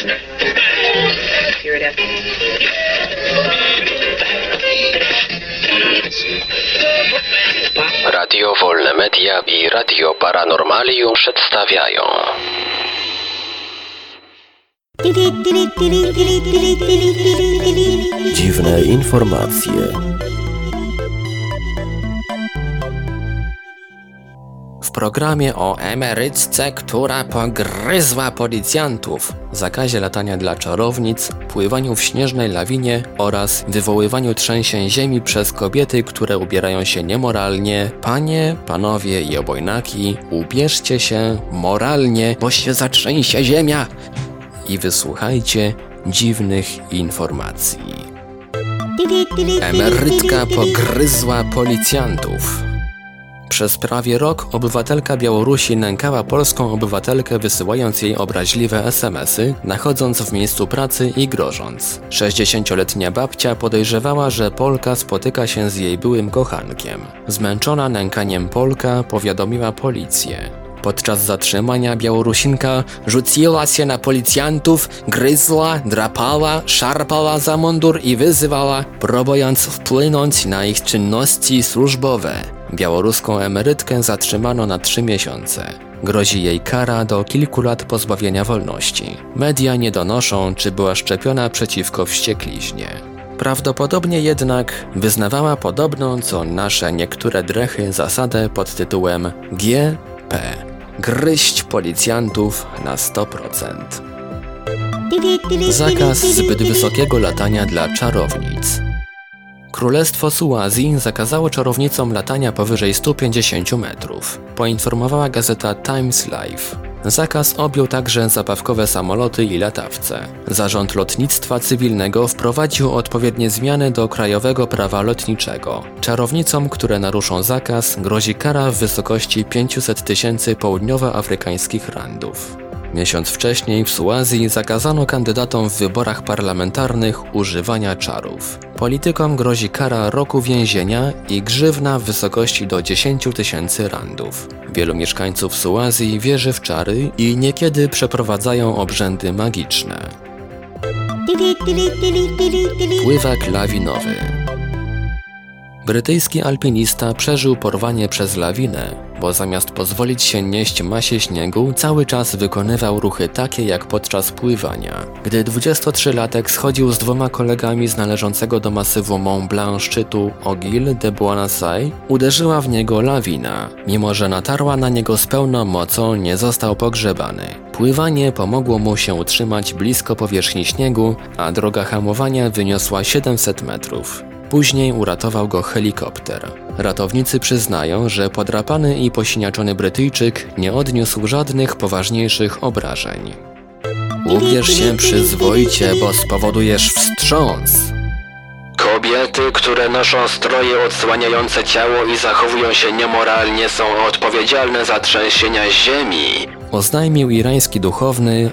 Radio Wolne Media i Radio Paranormalium przedstawiają dziwne informacje. W programie o emerytce, która pogryzła policjantów, zakazie latania dla czarownic, pływaniu w śnieżnej lawinie oraz wywoływaniu trzęsień ziemi przez kobiety, które ubierają się niemoralnie, panie, panowie i obojnaki, ubierzcie się moralnie, bo się zatrzęsie ziemia i wysłuchajcie dziwnych informacji. Emerytka pogryzła policjantów. Przez prawie rok obywatelka Białorusi nękała polską obywatelkę, wysyłając jej obraźliwe SMS-y, nachodząc w miejscu pracy i grożąc. 60-letnia babcia podejrzewała, że Polka spotyka się z jej byłym kochankiem. Zmęczona nękaniem Polka powiadomiła policję. Podczas zatrzymania Białorusinka rzuciła się na policjantów, gryzła, drapała, szarpała za mundur i wyzywała, próbując wpłynąć na ich czynności służbowe. Białoruską emerytkę zatrzymano na 3 miesiące. Grozi jej kara do kilku lat pozbawienia wolności. Media nie donoszą, czy była szczepiona przeciwko wściekliźnie. Prawdopodobnie jednak wyznawała podobną co nasze niektóre drechy zasadę pod tytułem GP. Gryźć policjantów na 100%. Zakaz zbyt wysokiego latania dla czarownic. Królestwo Suazji zakazało czarownicom latania powyżej 150 metrów, poinformowała gazeta Times Live. Zakaz objął także zabawkowe samoloty i latawce. Zarząd Lotnictwa Cywilnego wprowadził odpowiednie zmiany do krajowego prawa lotniczego. Czarownicom, które naruszą zakaz, grozi kara w wysokości 500 000 południowoafrykańskich randów. Miesiąc wcześniej w Suazji zakazano kandydatom w wyborach parlamentarnych używania czarów. Politykom grozi kara roku więzienia i grzywna w wysokości do 10 000 randów. Wielu mieszkańców Suazji wierzy w czary i niekiedy przeprowadzają obrzędy magiczne. Pływak lawinowy. Brytyjski alpinista przeżył porwanie przez lawinę, bo zamiast pozwolić się nieść masie śniegu, cały czas wykonywał ruchy takie jak podczas pływania. Gdy 23-latek schodził z 2 kolegami z należącego do masywu Mont Blanc szczytu Ogil de Boisnassay, uderzyła w niego lawina. Mimo że natarła na niego z pełną mocą, nie został pogrzebany. Pływanie pomogło mu się utrzymać blisko powierzchni śniegu, a droga hamowania wyniosła 700 metrów. Później uratował go helikopter. Ratownicy przyznają, że podrapany i posiniaczony Brytyjczyk nie odniósł żadnych poważniejszych obrażeń. Ubierz się przyzwoicie, bo spowodujesz wstrząs. Kobiety, które noszą stroje odsłaniające ciało i zachowują się niemoralnie, są odpowiedzialne za trzęsienia ziemi, oznajmił irański duchowny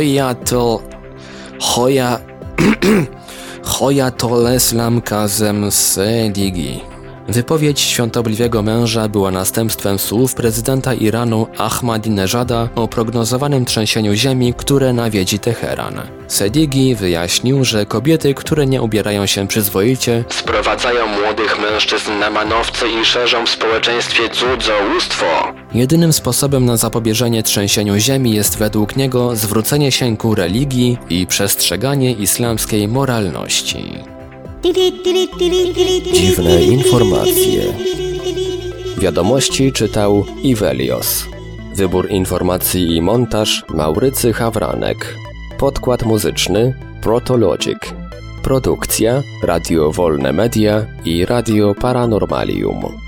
Hoyatollah Kazem Sedigi. Wypowiedź świątobliwego męża była następstwem słów prezydenta Iranu Ahmadinejada o prognozowanym trzęsieniu ziemi, które nawiedzi Teheran. Sedigi wyjaśnił, że kobiety, które nie ubierają się przyzwoicie, sprowadzają młodych mężczyzn na manowce i szerzą w społeczeństwie cudzołóstwo. Jedynym sposobem na zapobieżenie trzęsieniu ziemi jest według niego zwrócenie się ku religii i przestrzeganie islamskiej moralności. Dziwne informacje. Wiadomości czytał Ivelios. Wybór informacji i montaż Maurycy Hawranek. Podkład muzyczny Protologic. Produkcja Radio Wolne Media i Radio Paranormalium.